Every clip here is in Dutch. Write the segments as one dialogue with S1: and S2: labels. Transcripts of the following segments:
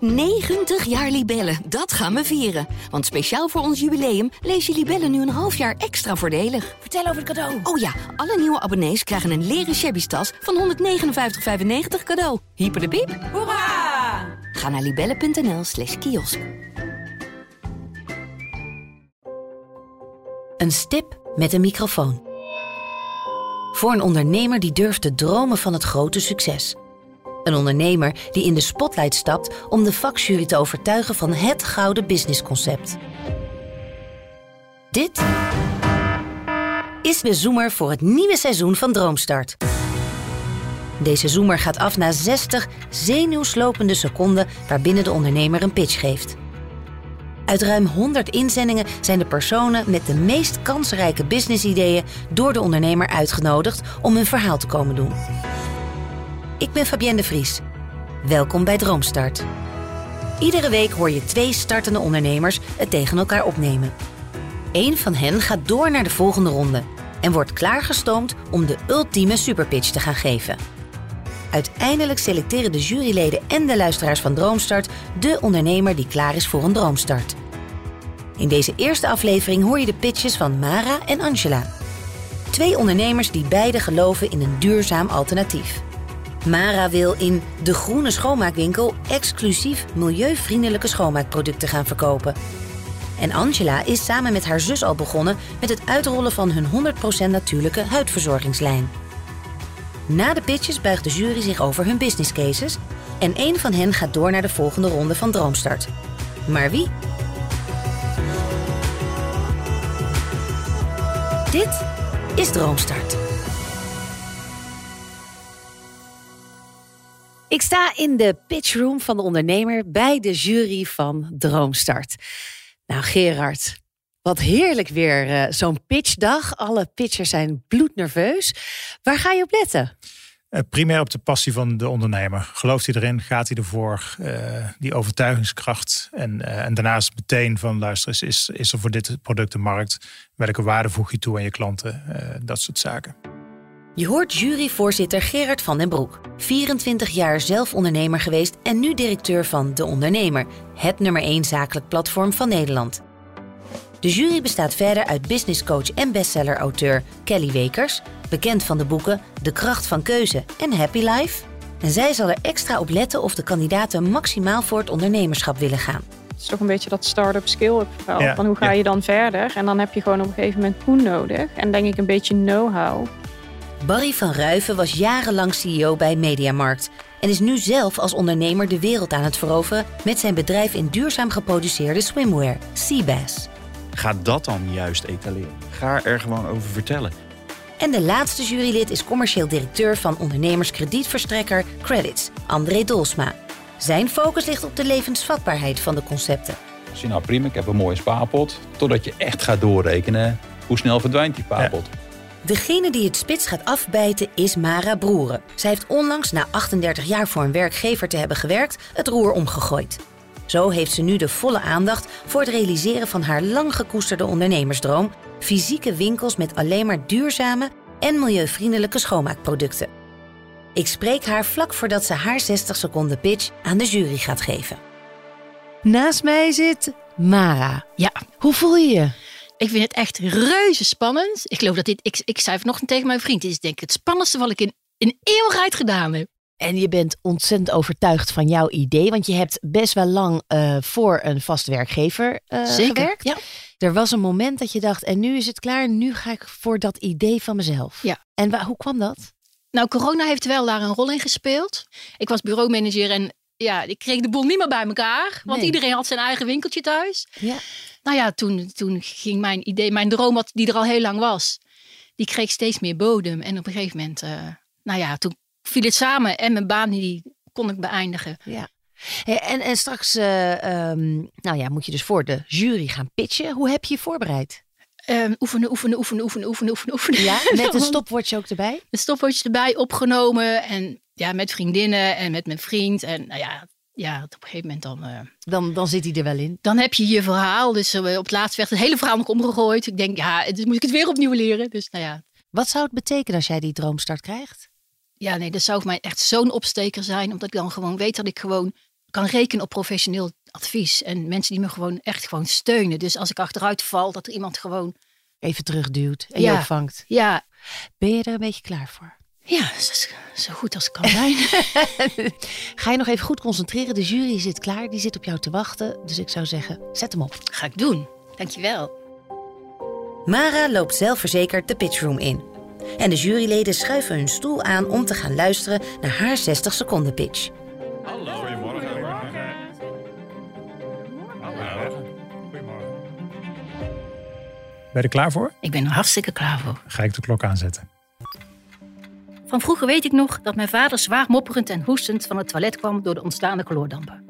S1: 90 jaar Libellen, dat gaan we vieren. Want speciaal voor ons jubileum lees je Libellen nu een half jaar extra voordelig.
S2: Vertel over het cadeau.
S1: Oh ja, alle nieuwe abonnees krijgen een leren shabby tas van 159,95 cadeau. Hyper de piep.
S2: Hoera!
S1: Ga naar libellen.nl/kiosk.
S3: Een stip met een microfoon. Voor een ondernemer die durft te dromen van het grote succes. Een ondernemer die in de spotlight stapt om de vakjury te overtuigen van het gouden businessconcept. Dit is de zoomer voor het nieuwe seizoen van Droomstart. Deze zoomer gaat af na 60 zenuwslopende seconden waarbinnen de ondernemer een pitch geeft. Uit ruim 100 inzendingen zijn de personen met de meest kansrijke businessideeën door de ondernemer uitgenodigd om hun verhaal te komen doen. Ik ben Fabienne de Vries. Welkom bij Droomstart. Iedere week hoor je 2 startende ondernemers het tegen elkaar opnemen. Eén van hen gaat door naar de volgende ronde en wordt klaargestoomd om de ultieme superpitch te gaan geven. Uiteindelijk selecteren de juryleden en de luisteraars van Droomstart de ondernemer die klaar is voor een droomstart. In deze eerste aflevering hoor je de pitches van Mara en Angela. 2 ondernemers die beide geloven in een duurzaam alternatief. Mara wil in de groene schoonmaakwinkel exclusief milieuvriendelijke schoonmaakproducten gaan verkopen. En Angela is samen met haar zus al begonnen met het uitrollen van hun 100% natuurlijke huidverzorgingslijn. Na de pitches buigt de jury zich over hun business cases en één van hen gaat door naar de volgende ronde van Droomstart. Maar wie? Dit is Droomstart. Ik sta in de pitchroom van de ondernemer bij de jury van Droomstart. Nou Gerard, wat heerlijk weer zo'n pitchdag. Alle pitchers zijn bloednerveus. Waar ga je op letten?
S4: Primair op de passie van de ondernemer. Gelooft hij erin? Gaat hij ervoor? Die overtuigingskracht. En daarnaast meteen van luister, is er voor dit product een markt? Welke waarde voeg je toe aan je klanten? Dat soort zaken.
S3: Je hoort juryvoorzitter Gerard van den Broek. 24 jaar zelf ondernemer geweest en nu directeur van De Ondernemer. Het nummer 1 zakelijk platform van Nederland. De jury bestaat verder uit businesscoach en bestseller-auteur Kelly Wekers, bekend van de boeken De Kracht van Keuze en Happy Life. En zij zal er extra op letten of de kandidaten maximaal voor het ondernemerschap willen gaan.
S5: Het is toch een beetje dat start-up scale-up verhaal. Ja, van hoe ga je dan verder? En dan heb je gewoon op een gegeven moment poen nodig. En denk ik een beetje know-how.
S3: Barry van Ruiven was jarenlang CEO bij Mediamarkt en is nu zelf als ondernemer de wereld aan het veroveren met zijn bedrijf in duurzaam geproduceerde swimwear, Seabass.
S6: Ga dat dan juist etaleren. Ga er gewoon over vertellen.
S3: En de laatste jurylid is commercieel directeur van ondernemerskredietverstrekker Credits, André Dolsma. Zijn focus ligt op de levensvatbaarheid van de concepten.
S7: Als je nou prima, ik heb een mooie spaarpot, totdat je echt gaat doorrekenen hoe snel verdwijnt die spaarpot.
S3: Ja. Degene die het spits gaat afbijten is Mara Broeren. Zij heeft onlangs na 38 jaar voor een werkgever te hebben gewerkt het roer omgegooid. Zo heeft ze nu de volle aandacht voor het realiseren van haar lang gekoesterde ondernemersdroom: fysieke winkels met alleen maar duurzame en milieuvriendelijke schoonmaakproducten. Ik spreek haar vlak voordat ze haar 60 seconden pitch aan de jury gaat geven. Naast mij zit Mara.
S2: Ja,
S3: hoe voel je je?
S2: Ik vind het echt reuze spannend. Ik geloof dat ik zei vanochtend tegen mijn vriend, dit is denk ik het spannendste wat ik in eeuwigheid gedaan heb.
S8: En je bent ontzettend overtuigd van jouw idee. Want je hebt best wel lang voor een vast werkgever gewerkt.
S2: Ja.
S8: Er was een moment dat je dacht, en nu is het klaar. Nu ga ik voor dat idee van mezelf.
S2: Ja.
S8: En hoe kwam dat?
S2: Nou, corona heeft wel daar een rol in gespeeld. Ik was bureaumanager en ja, ik kreeg de boel niet meer bij elkaar. Want iedereen had zijn eigen winkeltje thuis.
S8: Ja.
S2: Nou ja, toen ging mijn idee, mijn droom die er al heel lang was. Die kreeg steeds meer bodem. En op een gegeven moment, toen viel het samen en mijn baan die kon ik beëindigen.
S8: Ja. En straks moet je dus voor de jury gaan pitchen. Hoe heb je je voorbereid?
S2: Oefenen.
S8: Ja, met een stopwatch ook erbij?
S2: Een stopwatch erbij, opgenomen. En ja, met vriendinnen en met mijn vriend. En op een gegeven moment
S8: dan zit hij er wel in.
S2: Dan heb je je verhaal. Dus op het laatst werd het hele verhaal nog omgegooid. Ik denk, dus moet ik het weer opnieuw leren. Dus
S8: Wat zou het betekenen als jij die droomstart krijgt?
S2: Ja, nee, dat zou voor mij echt zo'n opsteker zijn. Omdat ik dan gewoon weet dat ik gewoon kan rekenen op professioneel advies. En mensen die me gewoon steunen. Dus als ik achteruit val, dat er iemand gewoon...
S8: Even terugduwt en je opvangt.
S2: Ja.
S8: Ben je er een beetje klaar voor?
S2: Ja, zo goed als het kan zijn.
S8: Ga je nog even goed concentreren. De jury zit klaar, die zit op jou te wachten. Dus ik zou zeggen, zet hem op.
S2: Ga ik doen. Dankjewel.
S3: Mara loopt zelfverzekerd de pitchroom in. En de juryleden schuiven hun stoel aan om te gaan luisteren naar haar 60 seconden pitch.
S4: Hallo. Goedemorgen. Ben je er klaar voor?
S2: Ik ben er hartstikke klaar voor.
S4: Ga ik de klok aanzetten.
S2: Van vroeger weet ik nog dat mijn vader zwaar mopperend en hoestend van het toilet kwam door de ontstaande chloordampen.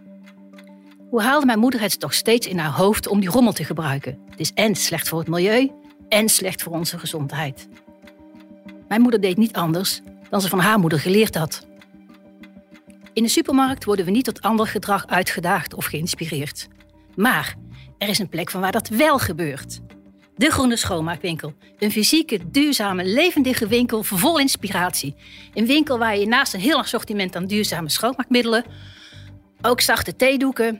S2: Hoe haalde mijn moeder het toch steeds in haar hoofd om die rommel te gebruiken? Het is en slecht voor het milieu en slecht voor onze gezondheid. Mijn moeder deed niet anders dan ze van haar moeder geleerd had. In de supermarkt worden we niet tot ander gedrag uitgedaagd of geïnspireerd. Maar er is een plek van waar dat wel gebeurt. De Groene Schoonmaakwinkel. Een fysieke, duurzame, levendige winkel vol inspiratie. Een winkel waar je naast een heel assortiment aan duurzame schoonmaakmiddelen ook zachte theedoeken,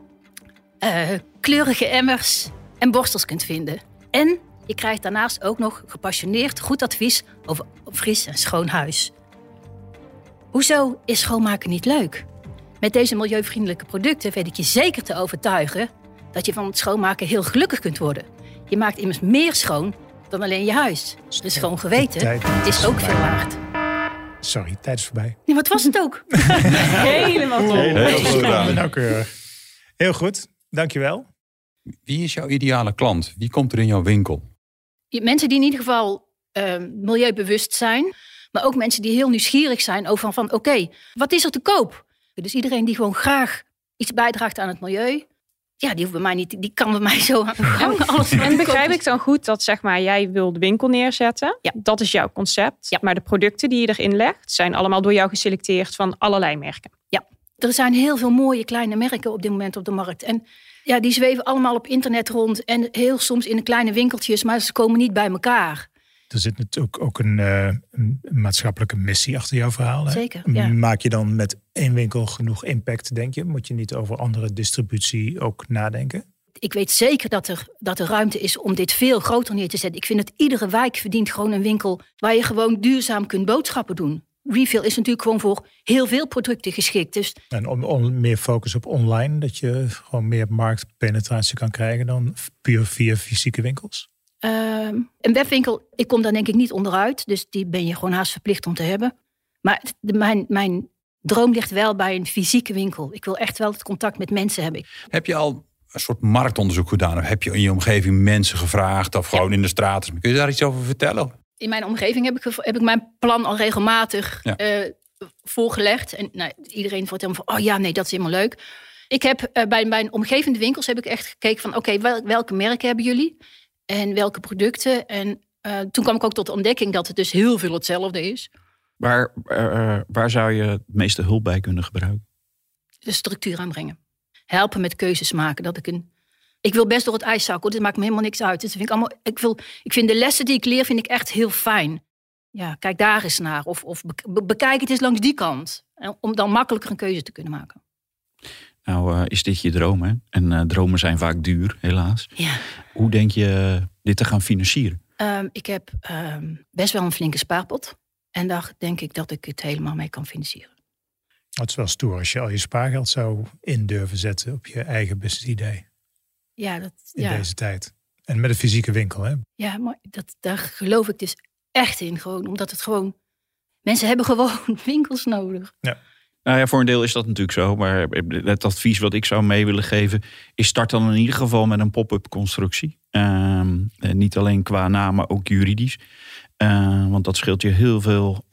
S2: kleurige emmers en borstels kunt vinden. En je krijgt daarnaast ook nog gepassioneerd goed advies over fris en schoon huis. Hoezo is schoonmaken niet leuk? Met deze milieuvriendelijke producten weet ik je zeker te overtuigen dat je van het schoonmaken heel gelukkig kunt worden. Je maakt immers meer schoon dan alleen je huis. Dus schoon geweten is ook veel waard.
S4: Sorry, tijd is voorbij.
S2: Nee, wat was het ook?
S5: Helemaal top.
S7: Heel goed gedaan.
S4: Nauwkeurig. Heel goed, dankjewel.
S7: Wie is jouw ideale klant? Wie komt er in jouw winkel?
S2: Mensen die in ieder geval milieubewust zijn. Maar ook mensen die heel nieuwsgierig zijn over van oké, wat is er te koop? Dus iedereen die gewoon graag iets bijdraagt aan het milieu. Ja, die hoeft bij mij niet. Die kan bij mij zo aan de gang.
S5: En begrijp ik dan goed dat zeg maar jij wil de winkel neerzetten?
S2: Ja.
S5: Dat is jouw concept.
S2: Ja.
S5: Maar de producten die je erin legt zijn allemaal door jou geselecteerd van allerlei merken.
S2: Ja, er zijn heel veel mooie kleine merken op dit moment op de markt. En ja, die zweven allemaal op internet rond. En heel soms in kleine winkeltjes, maar ze komen niet bij elkaar.
S4: Er zit natuurlijk ook een maatschappelijke missie achter jouw verhaal. Hè?
S2: Zeker, ja.
S4: Maak je dan met één winkel genoeg impact, denk je? Moet je niet over andere distributie ook nadenken?
S2: Ik weet zeker dat er ruimte is om dit veel groter neer te zetten. Ik vind dat iedere wijk verdient gewoon een winkel waar je gewoon duurzaam kunt boodschappen doen. Refill is natuurlijk gewoon voor heel veel producten geschikt. Dus...
S4: En om meer focus op online, dat je gewoon meer marktpenetratie kan krijgen dan puur via fysieke winkels?
S2: Een webwinkel, ik kom daar denk ik niet onderuit. Dus die ben je gewoon haast verplicht om te hebben. Maar mijn droom ligt wel bij een fysieke winkel. Ik wil echt wel het contact met mensen hebben.
S7: Heb je al een soort marktonderzoek gedaan? Of heb je in je omgeving mensen gevraagd? Of gewoon in de straat? Kun je daar iets over vertellen?
S2: In mijn omgeving heb ik mijn plan al regelmatig voorgelegd. En iedereen wordt helemaal van, oh ja, nee, dat is helemaal leuk. Ik heb bij mijn omgevende winkels heb ik echt gekeken van, oké, welke merken hebben jullie? En welke producten? En toen kwam ik ook tot de ontdekking dat het dus heel veel hetzelfde is.
S6: Waar zou je het meeste hulp bij kunnen gebruiken?
S2: De structuur aanbrengen. Helpen met keuzes maken. Ik wil best door het ijs zakken, dit maakt me helemaal niks uit. Dus ik vind de lessen die ik leer vind ik echt heel fijn. Ja, kijk daar eens naar. Of bekijk het eens langs die kant. Om dan makkelijker een keuze te kunnen maken.
S6: Nou, is dit je droom, hè? En dromen zijn vaak duur, helaas.
S2: Ja.
S6: Hoe denk je dit te gaan financieren?
S2: Ik heb best wel een flinke spaarpot. En daar denk ik dat ik het helemaal mee kan financieren.
S4: Het is wel stoer als je al je spaargeld zou in durven zetten op je eigen business idee.
S2: Ja,
S4: in deze tijd. En met een fysieke winkel, hè?
S2: Ja, maar daar geloof ik dus echt in. Gewoon, omdat het gewoon... Mensen hebben gewoon winkels nodig.
S6: Ja. Nou ja, voor een deel is dat natuurlijk zo. Maar het advies wat ik zou mee willen geven is start dan in ieder geval met een pop-up constructie. Niet alleen qua naam, maar ook juridisch. Want dat scheelt je heel veel.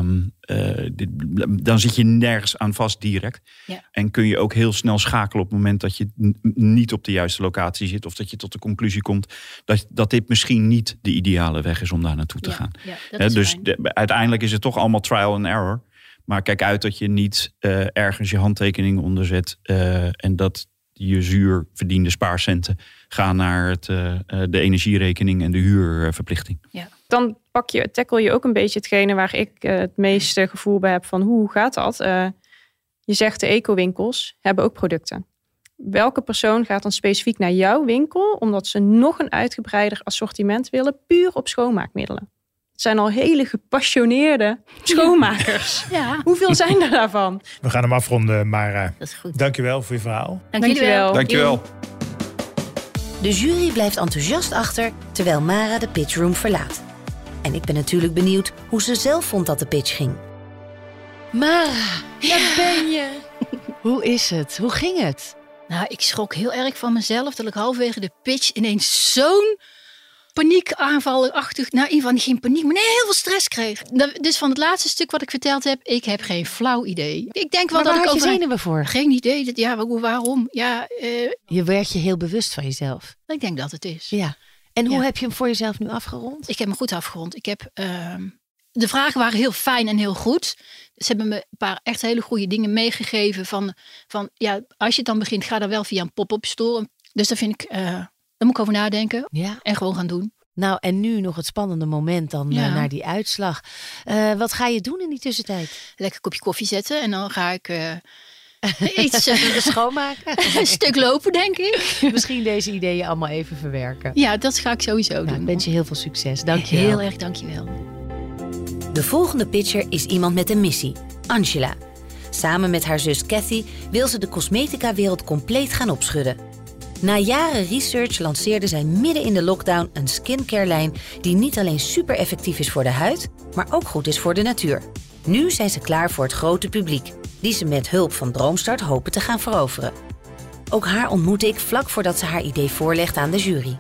S6: Dan zit je nergens aan vast direct. Ja. En kun je ook heel snel schakelen op het moment dat je niet op de juiste locatie zit. Of dat je tot de conclusie komt dat dit misschien niet de ideale weg is om daar naartoe te gaan. Ja, dus uiteindelijk is het toch allemaal trial and error. Maar kijk uit dat je niet ergens je handtekening onderzet. En dat je zuur verdiende spaarcenten gaan naar de energierekening en de huurverplichting.
S5: Ja. Dan tackle je ook een beetje hetgene waar ik het meeste gevoel bij heb van hoe gaat dat? Je zegt de eco-winkels hebben ook producten. Welke persoon gaat dan specifiek naar jouw winkel omdat ze nog een uitgebreider assortiment willen, puur op schoonmaakmiddelen? Het zijn al hele gepassioneerde schoonmakers.
S2: Ja.
S5: Hoeveel zijn er daarvan?
S4: We gaan hem afronden, maar
S2: Dat is goed.
S4: dankjewel voor je verhaal.
S5: Dankjewel.
S7: Dankjewel.
S3: De jury blijft enthousiast achter terwijl Mara de pitchroom verlaat. En ik ben natuurlijk benieuwd hoe ze zelf vond dat de pitch ging.
S8: Mara, daar ben je. Hoe is het? Hoe ging het?
S2: Nou, ik schrok heel erg van mezelf dat ik halverwege de pitch ineens zo'n paniekaanvalachtig, nou in ieder geval geen paniek, maar nee, heel veel stress kreeg. Dus van het laatste stuk wat ik verteld heb, ik heb geen flauw idee. Ik denk wel
S8: Maar
S2: dat
S8: waar
S2: ik
S8: had je zenuwen voor?
S2: Geen idee. Waarom? Ja,
S8: Je werd je heel bewust van jezelf.
S2: ik denk dat het is.
S8: Ja. En hoe
S2: Ja.
S8: heb je hem voor jezelf nu afgerond?
S2: Ik heb hem goed afgerond. Ik heb, de vragen waren heel fijn en heel goed. Ze hebben me een paar echt hele goede dingen meegegeven. Van ja, als je het dan begint, ga dan wel via een pop-up store. Dus daar vind ik, daar moet ik over nadenken.
S8: Ja.
S2: En gewoon gaan doen.
S8: Nou, en nu nog het spannende moment dan
S2: Ja.
S8: naar die uitslag. Wat ga je doen in die tussentijd?
S2: Lekker een kopje koffie zetten. En dan ga ik iets
S8: Schoonmaken?
S2: een stuk lopen, denk ik.
S8: Misschien deze ideeën allemaal even verwerken.
S2: Ja, dat ga ik sowieso
S8: Nou,
S2: doen.
S8: ik wens je heel veel succes. Dank je
S2: Heel erg dankjewel.
S3: De volgende pitcher is iemand met een missie, Angela. Samen met haar zus Cathy wil ze de cosmetica-wereld compleet gaan opschudden. Na jaren research lanceerde zij midden in de lockdown een skincare-lijn die niet alleen super effectief is voor de huid, maar ook goed is voor de natuur. Nu zijn ze klaar voor het grote publiek, die ze met hulp van Droomstart hopen te gaan veroveren. Ook haar ontmoette ik vlak voordat ze haar idee voorlegde aan de jury.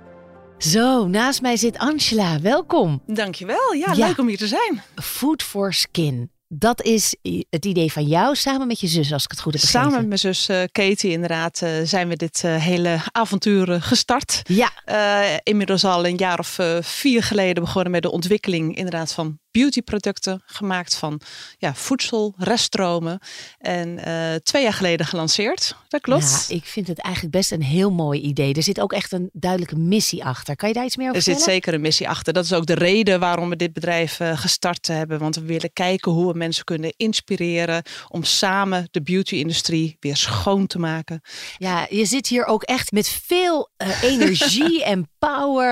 S8: Zo, naast mij zit Angela. Welkom.
S9: Dankjewel. Ja,
S8: Ja.
S9: leuk om hier te zijn.
S8: Food for Skin. Dat is het idee van jou samen met je zus, als ik het goed heb begrepen.
S9: Samen met mijn zus Katie inderdaad zijn we dit hele avontuur gestart.
S8: Ja.
S9: Inmiddels al een jaar of 4 geleden begonnen met de ontwikkeling inderdaad van beautyproducten. Gemaakt van voedsel, reststromen. En 2 jaar geleden gelanceerd. Dat klopt.
S8: Ja, ik vind het eigenlijk best een heel mooi idee. Er zit ook echt een duidelijke missie achter. Kan je daar iets meer over
S9: Er zit
S8: vertellen?
S9: zeker een missie achter. Dat is ook de reden waarom we dit bedrijf gestart hebben. Want we willen kijken hoe we mensen kunnen inspireren om samen de beauty-industrie weer schoon te maken.
S8: Ja, je zit hier ook echt met veel energie en power.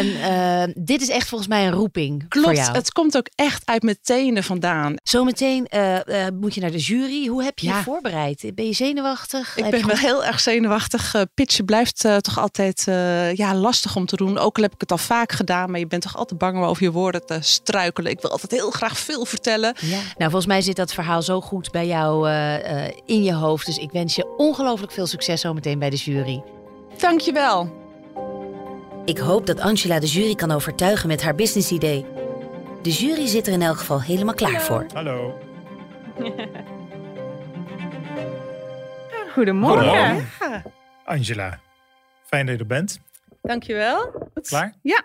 S8: En dit is echt volgens mij een roeping voor
S9: Klopt,
S8: jou.
S9: het komt ook echt uit mijn tenen vandaan.
S8: Zometeen moet je naar de jury. Hoe heb je je voorbereid? Ben je zenuwachtig?
S9: Ik ben wel heel erg zenuwachtig. Pitchen blijft toch altijd lastig om te doen. Ook al heb ik het al vaak gedaan. Maar je bent toch altijd bang om over je woorden te struikelen. Ik wil altijd heel graag veel vertellen.
S8: Ja. Nou, volgens mij zit dat verhaal zo goed bij jou in je hoofd. Dus ik wens je ongelooflijk veel succes zometeen bij de jury.
S9: Dankjewel.
S3: Ik hoop dat Angela de jury kan overtuigen met haar businessidee. De jury zit er in elk geval helemaal klaar voor.
S4: Hallo.
S5: Goedemorgen.
S4: Hallo. Angela, fijn dat je er bent.
S9: Dankjewel. Goed.
S4: Klaar?
S9: Ja.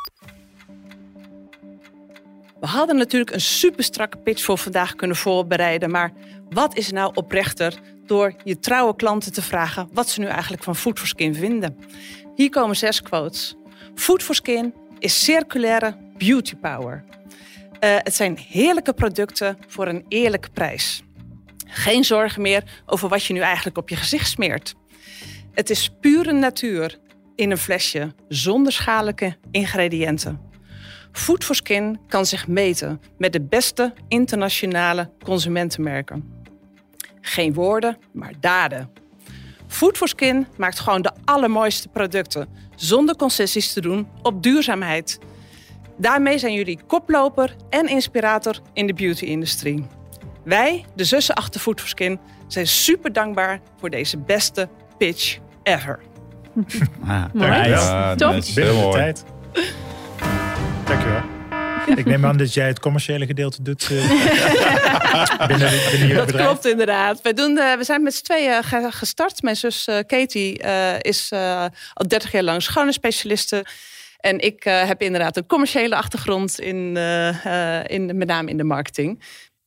S9: We hadden natuurlijk een super strakke pitch voor vandaag kunnen voorbereiden. Maar wat is nou oprechter door je trouwe klanten te vragen wat ze nu eigenlijk van Food for Skin vinden? Hier komen 6 quotes. Food for Skin is circulaire beauty power. Het zijn heerlijke producten voor een eerlijke prijs. Geen zorgen meer over wat je nu eigenlijk op je gezicht smeert. Het is pure natuur in een flesje zonder schadelijke ingrediënten. Food for Skin kan zich meten met de beste internationale consumentenmerken. Geen woorden, maar daden. Food for Skin maakt gewoon de allermooiste producten zonder concessies te doen op duurzaamheid. Daarmee zijn jullie koploper en inspirator in de beauty-industrie. Wij, de zussen achter Food for Skin, zijn super dankbaar voor deze beste pitch ever.
S4: Dankjewel.
S5: Top.
S4: Binnen de tijd. Dankjewel. Ik neem aan dat jij het commerciële gedeelte doet binnen jullie
S9: Dat
S4: bedrijf.
S9: klopt inderdaad. We zijn met z'n tweeën gestart. Mijn zus Katie is al 30 jaar lang schoonheidsspecialiste. En ik heb inderdaad een commerciële achtergrond met name in de marketing.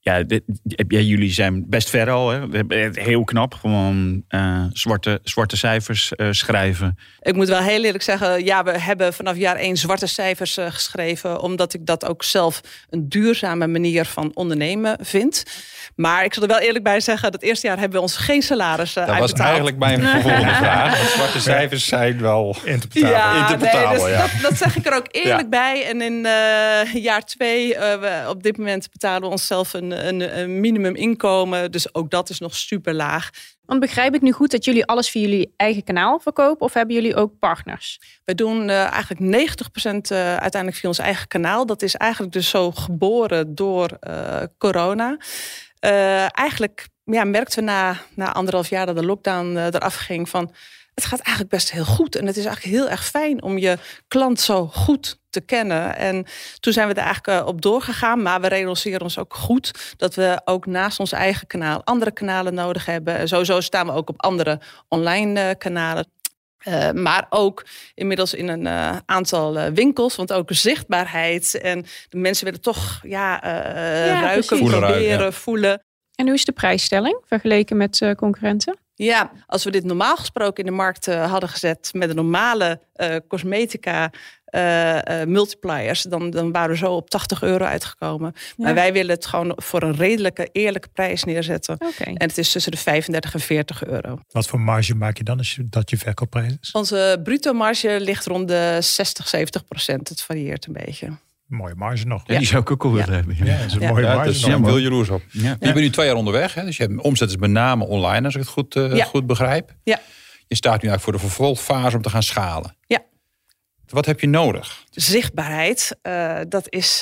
S6: Ja, jullie zijn best ver al. Hè? Heel knap. Gewoon zwarte cijfers schrijven.
S9: Ik moet wel heel eerlijk zeggen, ja, we hebben vanaf jaar 1 zwarte cijfers geschreven. Omdat ik dat ook zelf een duurzame manier van ondernemen vind. Maar ik zal er wel eerlijk bij zeggen, dat eerste jaar hebben we ons geen salaris uitbetaald.
S7: Dat was eigenlijk mijn volgende vraag. Want zwarte cijfers zijn wel interpretabel.
S9: Dat zeg ik er ook eerlijk bij. En in jaar 2, op dit moment betalen we onszelf een minimuminkomen. Dus ook dat is nog super laag.
S5: Want begrijp ik nu goed dat jullie alles via jullie eigen kanaal verkopen? Of hebben jullie ook partners?
S9: We doen eigenlijk 90% uiteindelijk via ons eigen kanaal. Dat is eigenlijk dus zo geboren door corona. Eigenlijk merkten we na 1,5 jaar dat de lockdown eraf ging van... Het gaat eigenlijk best heel goed. En het is eigenlijk heel erg fijn om je klant zo goed te kennen. En toen zijn we er eigenlijk op doorgegaan. Maar we realiseren ons ook goed dat we ook naast ons eigen kanaal andere kanalen nodig hebben. En sowieso staan we ook op andere online kanalen. Maar ook inmiddels in een aantal winkels. Want ook zichtbaarheid. En de mensen willen toch ruiken, proberen, voelen.
S5: En hoe is de prijsstelling vergeleken met concurrenten?
S9: Ja, als we dit normaal gesproken in de markt hadden gezet met de normale cosmetica multipliers, dan waren we zo op €80 uitgekomen. Ja. Maar wij willen het gewoon voor een redelijke, eerlijke prijs neerzetten. Okay. En het is tussen de €35 en €40.
S4: Wat voor marge maak je dan als dat je verkoopprijs is?
S9: Onze bruto marge ligt rond de 60-70%. Het varieert een beetje.
S4: Mooie marge nog.
S6: Ja, die zou ik ook al willen hebben.
S4: Ja, dat is een mooie marge.
S7: Dus ik ben jaloers op. Ja. Je bent nu 2 jaar onderweg. Hè? Dus je hebt omzet is met name online, als ik het goed begrijp.
S9: Ja.
S7: Je staat nu eigenlijk voor de vervolgfase om te gaan schalen.
S9: Ja.
S7: Wat heb je nodig?
S9: Zichtbaarheid. Dat is...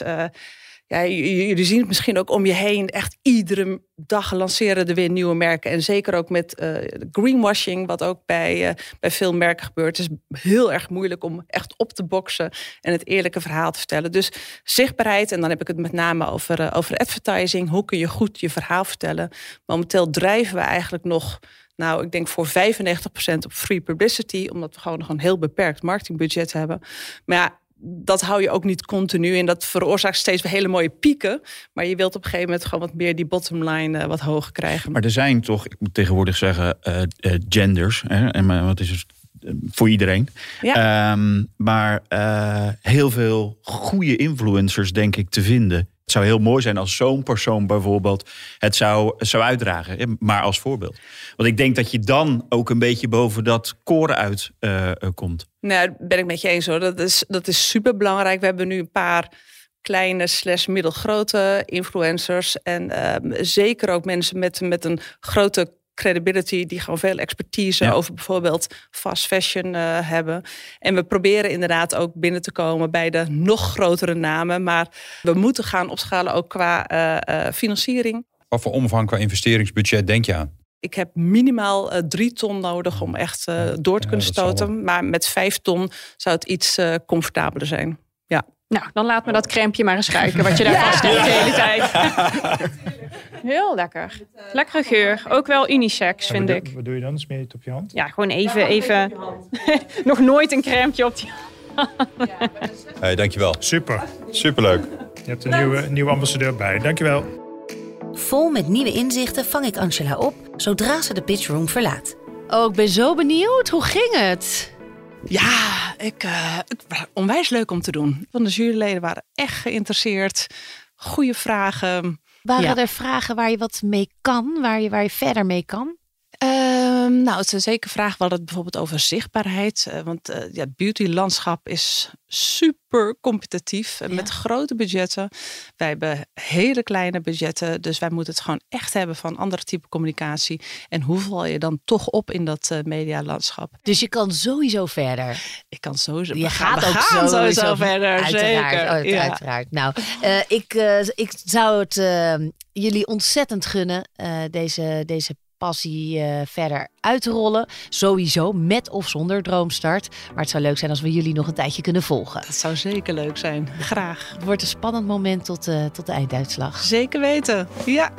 S9: jullie zien het misschien ook om je heen. Echt iedere dag lanceren er weer nieuwe merken. En zeker ook met greenwashing, wat ook bij veel merken gebeurt. Het is heel erg moeilijk om echt op te boksen en het eerlijke verhaal te vertellen. Dus zichtbaarheid, en dan heb ik het met name over advertising. Hoe kun je goed je verhaal vertellen? Momenteel drijven we eigenlijk nog... Nou, ik denk voor 95% op free publicity, omdat we gewoon nog een heel beperkt marketingbudget hebben. Maar ja, dat hou je ook niet continu en dat veroorzaakt steeds weer hele mooie pieken. Maar je wilt op een gegeven moment gewoon wat meer die bottomline wat hoger krijgen.
S6: Maar er zijn toch, ik moet tegenwoordig zeggen, genders. En wat is het? Voor iedereen. Ja. Maar heel veel goede influencers, denk ik, te vinden. Het zou heel mooi zijn als zo'n persoon bijvoorbeeld het zou uitdragen. Maar als voorbeeld. Want ik denk dat je dan ook een beetje boven dat koren uit komt.
S9: Nou, daar ben ik met je eens hoor. Dat is super belangrijk. We hebben nu een paar kleine / middelgrote influencers. En zeker ook mensen met een grote credibility, die gewoon veel expertise over bijvoorbeeld fast fashion hebben. En we proberen inderdaad ook binnen te komen bij de nog grotere namen. Maar we moeten gaan opschalen ook qua financiering.
S7: Wat voor omvang qua investeringsbudget denk je aan?
S9: Ik heb minimaal 3 ton nodig om echt door te kunnen stoten. Maar met 5 ton zou het iets comfortabeler zijn. Ja.
S5: Nou, dan laat me dat crèmpje maar eens ruiken, wat je daar vaststelt de hele tijd. Heel lekker. Lekkere geur. Ook wel unisex, vind ik.
S4: Wat doe je dan? Smeer je het op je hand?
S5: Ja, gewoon even. Nog nooit een crèmpje op die hand.
S7: Hey, dankjewel.
S4: Super.
S7: Superleuk.
S4: Je hebt een nieuwe ambassadeur bij. Dankjewel.
S3: Vol met nieuwe inzichten vang ik Angela op zodra ze de pitchroom verlaat.
S8: Oh, ik ben zo benieuwd. Hoe ging het?
S9: Ja, het was onwijs leuk om te doen. Van de juryleden waren echt geïnteresseerd. Goede vragen.
S8: Waren er vragen waar je wat mee kan? Waar je verder mee kan?
S9: Nou, het is een zeker vraag. We hadden het bijvoorbeeld over zichtbaarheid. Want het beautylandschap is super competitief. Met grote budgetten. Wij hebben hele kleine budgetten. Dus wij moeten het gewoon echt hebben van andere type communicatie. En hoe val je dan toch op in dat medialandschap?
S8: Dus je kan sowieso verder.
S9: Ik kan sowieso.
S8: Je gaat ook sowieso verder.
S9: Uiteraard,
S8: zeker. Uiteraard. Nou, ik zou het jullie ontzettend gunnen. Deze passie verder uit te rollen. Sowieso, met of zonder Droomstart. Maar het zou leuk zijn als we jullie nog een tijdje kunnen volgen.
S9: Dat zou zeker leuk zijn. Graag.
S8: Het wordt een spannend moment tot de einduitslag.
S9: Zeker weten, ja.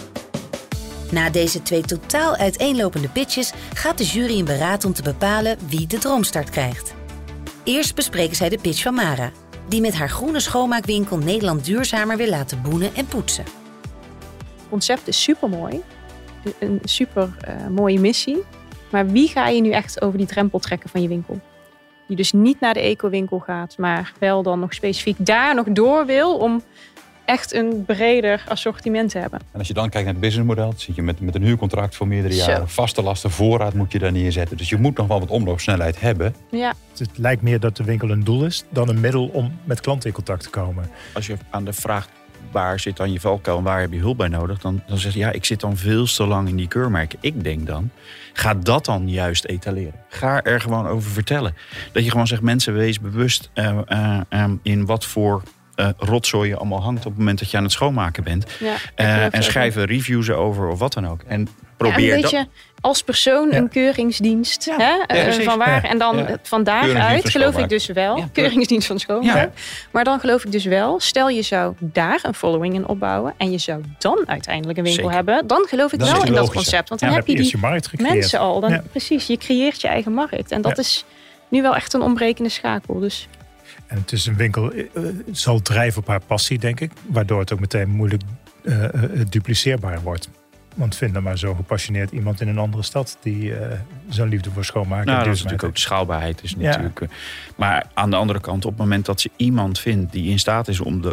S3: Na deze 2 totaal uiteenlopende pitches gaat de jury in beraad om te bepalen wie de Droomstart krijgt. Eerst bespreken zij de pitch van Mara, die met haar groene schoonmaakwinkel Nederland duurzamer wil laten boenen en poetsen.
S5: concept is super mooi. Een super mooie missie. Maar wie ga je nu echt over die drempel trekken van je winkel? Die dus niet naar de eco-winkel gaat, maar wel dan nog specifiek daar nog door wil om echt een breder assortiment te hebben.
S7: En als je dan kijkt naar het businessmodel, dan zit je met een huurcontract voor meerdere jaren. Vaste lasten, voorraad moet je daar neerzetten. Dus je moet nog wel wat omloopsnelheid hebben.
S5: Ja.
S4: Het lijkt meer dat de winkel een doel is dan een middel om met klanten in contact te komen.
S6: Als je aan de vraag waar zit dan je valkuil en waar heb je hulp bij nodig, dan zeg je ik zit dan veel te lang in die keurmerken. Ik denk dan, ga dat dan juist etaleren. Ga er gewoon over vertellen. Dat je gewoon zegt, mensen, wees bewust in wat voor rotzooi je allemaal hangt op het moment dat je aan het schoonmaken bent. Ja, en schrijf er reviews erover of wat dan ook. En probeer
S5: een beetje als persoon een keuringsdienst. Ja. Van waar. En dan van daaruit geloof ik dus wel. Ja. Keuringsdienst van schoonmaak. Ja. Maar dan geloof ik dus wel. Stel je zou daar een following in opbouwen. En je zou dan uiteindelijk een winkel hebben. Dan geloof ik wel in dat concept. Want dan heb je die mensen al. Dan, precies, je creëert je eigen markt. En dat is nu wel echt een ontbrekende schakel. Dus.
S4: En het is een winkel, zal drijven op haar passie, denk ik. Waardoor het ook meteen moeilijk dupliceerbaar wordt. Want vind dan maar zo gepassioneerd iemand in een andere stad die zo'n liefde voor schoonmaken.
S6: Nou, dat is natuurlijk ook de schaalbaarheid. Is natuurlijk, maar aan de andere kant, op het moment dat ze iemand vindt die in staat is om de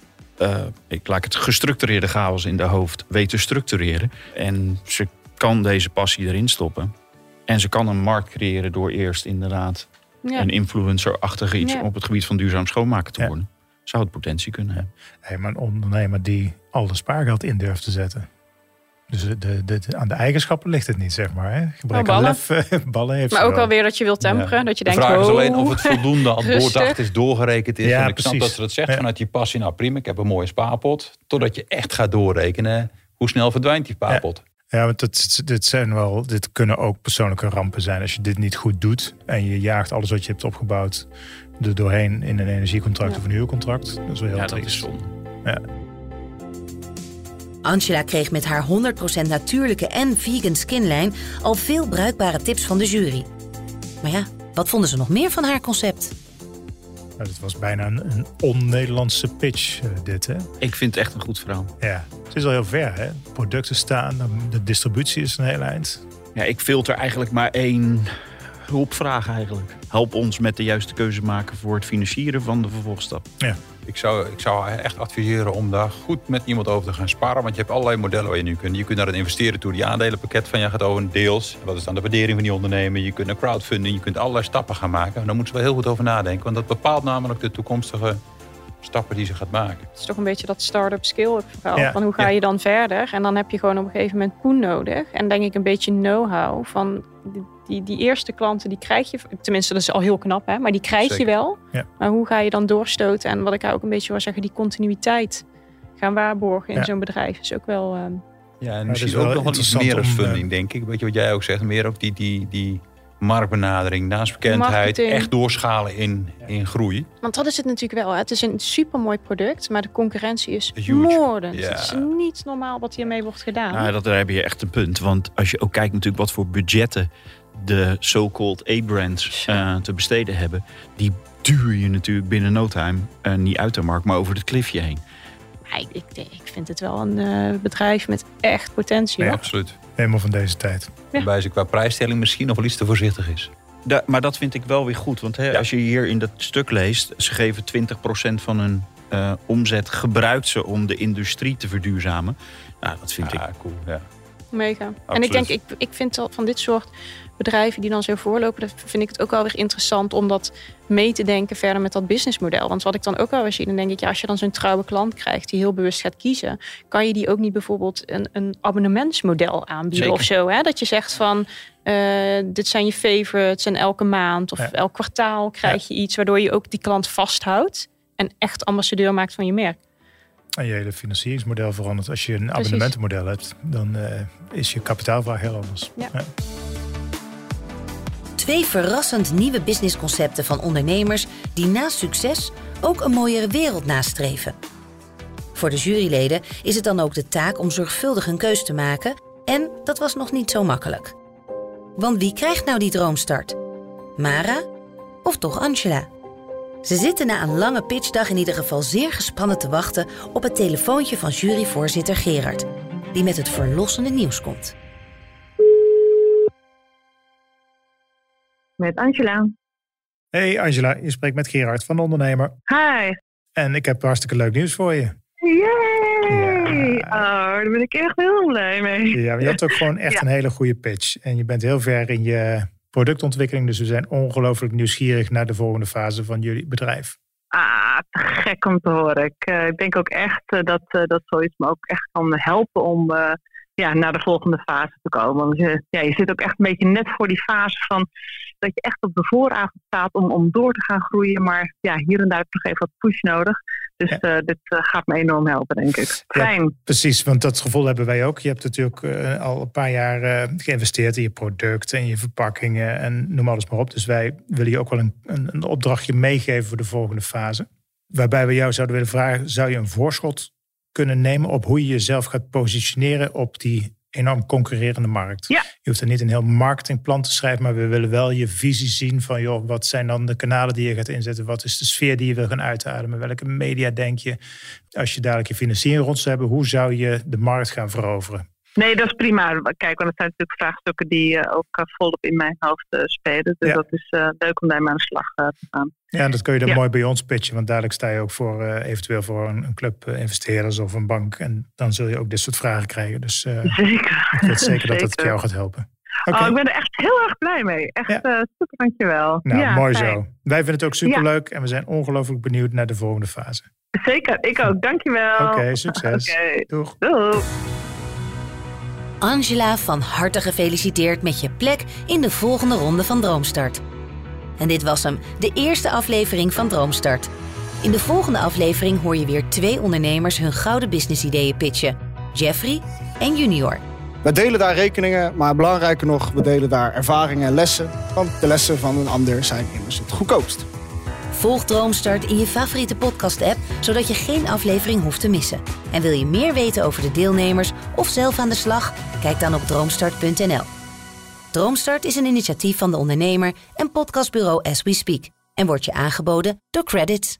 S6: ik laat het gestructureerde chaos in de hoofd weet te structureren. En ze kan deze passie erin stoppen. En ze kan een markt creëren door eerst inderdaad een influencer-achtige iets op het gebied van duurzaam schoonmaken te worden. Zou het potentie kunnen hebben.
S4: Hey, maar een ondernemer die al de spaargeld in durft te zetten. Dus aan de eigenschappen ligt het niet, zeg maar. Hè? Gebrek aan lef, ballen heeft
S5: maar ook alweer dat je wilt temperen. Dat je denkt,
S7: de vraag is alleen of het voldoende al doordacht is, doorgerekend is.
S4: Ja,
S7: ik snap dat ze dat zegt vanuit je passie. Nou prima, ik heb een mooie spaarpot. Totdat je echt gaat doorrekenen. Hoe snel verdwijnt die spaarpot?
S4: Ja, want dit kunnen ook persoonlijke rampen zijn. Als je dit niet goed doet en je jaagt alles wat je hebt opgebouwd er doorheen in een energiecontract of een huurcontract. Dat is wel heel triest.
S6: Dat is zonde.
S4: Ja.
S3: Angela kreeg met haar 100% natuurlijke en vegan skinlijn al veel bruikbare tips van de jury. Maar ja, wat vonden ze nog meer van haar concept?
S4: Nou, dit was bijna een on-Nederlandse pitch, dit, hè?
S6: Ik vind het echt een goed verhaal.
S4: Ja, het is al heel ver, hè? Producten staan, de distributie is een heel eind.
S6: Ja, ik filter eigenlijk maar één hulpvraag eigenlijk. Help ons met de juiste keuze maken voor het financieren van de vervolgstap.
S4: Ja.
S7: Ik zou echt adviseren om daar goed met iemand over te gaan sparen. Want je hebt allerlei modellen waar je nu kunt. Je kunt naar het investeren toe. Die aandelenpakket van je gaat over deels. Wat is dan de waardering van die ondernemer? Je kunt naar crowdfunding. Je kunt allerlei stappen gaan maken. En daar moeten ze wel heel goed over nadenken. Want dat bepaalt namelijk de toekomstige stappen die ze gaat maken.
S5: Het is toch een beetje dat start-up skill-up verhaal. Ja. Van hoe ga je dan verder? En dan heb je gewoon op een gegeven moment poen nodig. En denk ik een beetje know-how van die eerste klanten, die krijg je. Tenminste, dat is al heel knap, hè? Maar die krijg je wel. Ja. Maar hoe ga je dan doorstoten? En wat ik ook een beetje wil zeggen, die continuïteit gaan waarborgen in zo'n bedrijf is ook wel.
S7: En misschien ook nog iets meer als funding, denk ik. Weet je wat jij ook zegt? Meer ook die marktbenadering, naamsbekendheid, echt doorschalen in groei.
S5: Want dat is het natuurlijk wel. Hè? Het is een supermooi product, maar de concurrentie is moordend. Yeah. Het is niet normaal wat hiermee wordt gedaan.
S6: Nou, daar heb je echt een punt. Want als je ook kijkt natuurlijk wat voor budgetten de so-called A-brands te besteden hebben, die duur je natuurlijk binnen no time niet uit de markt, maar over het klifje heen.
S5: Ik vind het wel een bedrijf met echt potentie.
S7: Ja, absoluut.
S4: Helemaal van deze tijd.
S7: Ja. Waarbij ze qua prijsstelling misschien nog wel iets te voorzichtig is.
S6: Maar dat vind ik wel weer goed. Want als je hier in dat stuk leest, ze geven 20% van hun omzet gebruikt ze om de industrie te verduurzamen. Nou, dat vind ik
S7: cool. Ja.
S5: Mega.
S6: Absoluut.
S5: En ik denk, ik vind van dit soort bedrijven die dan zo voorlopen, dat vind ik het ook wel weer interessant om dat mee te denken verder met dat businessmodel. Want wat ik dan ook wel weer zie, dan denk ik, als je dan zo'n trouwe klant krijgt die heel bewust gaat kiezen, kan je die ook niet bijvoorbeeld een abonnementsmodel aanbieden. Zeker. Of zo. Hè? Dat je zegt van, dit zijn je favorites en elke maand of elk kwartaal krijg je iets, waardoor je ook die klant vasthoudt en echt ambassadeur maakt van je merk.
S4: En je hele financieringsmodel verandert. Als je een abonnementenmodel hebt, dan is je kapitaalvraag heel anders. Ja. Ja.
S3: 2 verrassend nieuwe businessconcepten van ondernemers die naast succes ook een mooiere wereld nastreven. Voor de juryleden is het dan ook de taak om zorgvuldig een keus te maken en dat was nog niet zo makkelijk. Want wie krijgt nou die droomstart? Mara of toch Angela? Ze zitten na een lange pitchdag in ieder geval zeer gespannen te wachten op het telefoontje van juryvoorzitter Gerard. die met het verlossende nieuws komt.
S10: Met Angela.
S4: Hey Angela, je spreekt met Gerard van De Ondernemer.
S10: Hi.
S4: En ik heb hartstikke leuk nieuws voor je.
S10: Yay! Ja. Oh, daar ben ik echt heel blij mee.
S4: Ja, maar je hebt ook gewoon echt een hele goede pitch. En je bent heel ver in je productontwikkeling. Dus we zijn ongelooflijk nieuwsgierig naar de volgende fase van jullie bedrijf.
S10: Te gek om te horen. Ik denk ook echt dat zoiets me ook echt kan helpen om naar de volgende fase te komen. Want je zit ook echt een beetje net voor die fase van dat je echt op de vooravond staat om door te gaan groeien. Maar hier en daar heb je nog even wat push nodig. Dus dit gaat me enorm helpen, denk ik. Fijn. Ja,
S4: precies, want dat gevoel hebben wij ook. Je hebt natuurlijk al een paar jaar geïnvesteerd in je product en je verpakkingen en noem alles maar op. Dus wij willen je ook wel een opdrachtje meegeven voor de volgende fase. Waarbij we jou zouden willen vragen, zou je een voorschot kunnen nemen op hoe je jezelf gaat positioneren op die enorm concurrerende markt? Ja. Je hoeft er niet een heel marketingplan te schrijven, maar we willen wel je visie zien van, joh, wat zijn dan de kanalen die je gaat inzetten? Wat is de sfeer die je wil gaan uitademen? Welke media denk je? Als je dadelijk je financiering rond zou hebben, hoe zou je de markt gaan veroveren?
S10: Nee, dat is prima. Kijk, want dat zijn natuurlijk vraagstukken die ook volop in mijn hoofd spelen. Dus dat is leuk om daarmee aan de slag te gaan.
S4: Ja, en dat kun je dan mooi bij ons pitchen. Want dadelijk sta je ook voor eventueel voor een club investeerders of een bank. En dan zul je ook dit soort vragen krijgen. Dus
S10: zeker.
S4: Ik weet zeker dat het jou gaat helpen.
S10: Okay. Ik ben er echt heel erg blij mee. Echt super, dankjewel.
S4: Nou, mooi fijn. Zo. Wij vinden het ook superleuk. En we zijn ongelooflijk benieuwd naar de volgende fase.
S10: Zeker, ik ook. Dankjewel.
S4: Oké, succes. Doeg.
S10: Doeg.
S3: Angela, van harte gefeliciteerd met je plek in de volgende ronde van Droomstart. En dit was hem, de eerste aflevering van Droomstart. In de volgende aflevering hoor je weer 2 ondernemers hun gouden businessideeën pitchen. Jeffrey en Junior.
S11: We delen daar rekeningen, maar belangrijker nog, we delen daar ervaringen en lessen. Want de lessen van een ander zijn immers het goedkoopst.
S3: Volg Droomstart in je favoriete podcast-app, zodat je geen aflevering hoeft te missen. En wil je meer weten over de deelnemers of zelf aan de slag? Kijk dan op droomstart.nl. Droomstart is een initiatief van De Ondernemer en podcastbureau As We Speak. En wordt je aangeboden door Credits.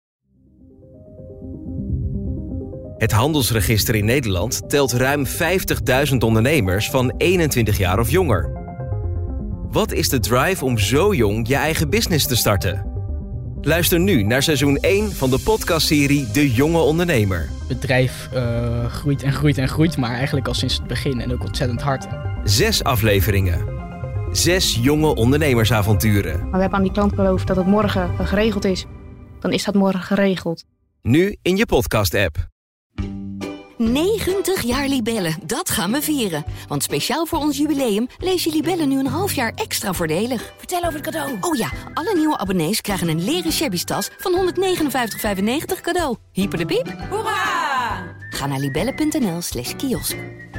S12: Het handelsregister in Nederland telt ruim 50.000 ondernemers van 21 jaar of jonger. Wat is de drive om zo jong je eigen business te starten? Luister nu naar seizoen 1 van de podcastserie De Jonge Ondernemer.
S13: Het bedrijf groeit en groeit en groeit, maar eigenlijk al sinds het begin en ook ontzettend hard.
S12: 6 afleveringen. 6 jonge ondernemersavonturen.
S14: Maar we hebben aan die klant beloofd dat het morgen geregeld is. Dan is dat morgen geregeld.
S12: Nu in je podcast-app.
S1: 90 jaar Libellen, dat gaan we vieren. Want speciaal voor ons jubileum lees je Libellen nu een half jaar extra voordelig. Vertel over het cadeau. Oh ja, alle nieuwe abonnees krijgen een leren shabby tas van €159,95 cadeau. Hyper de piep. Hoera! Ga naar libellen.nl/kiosk.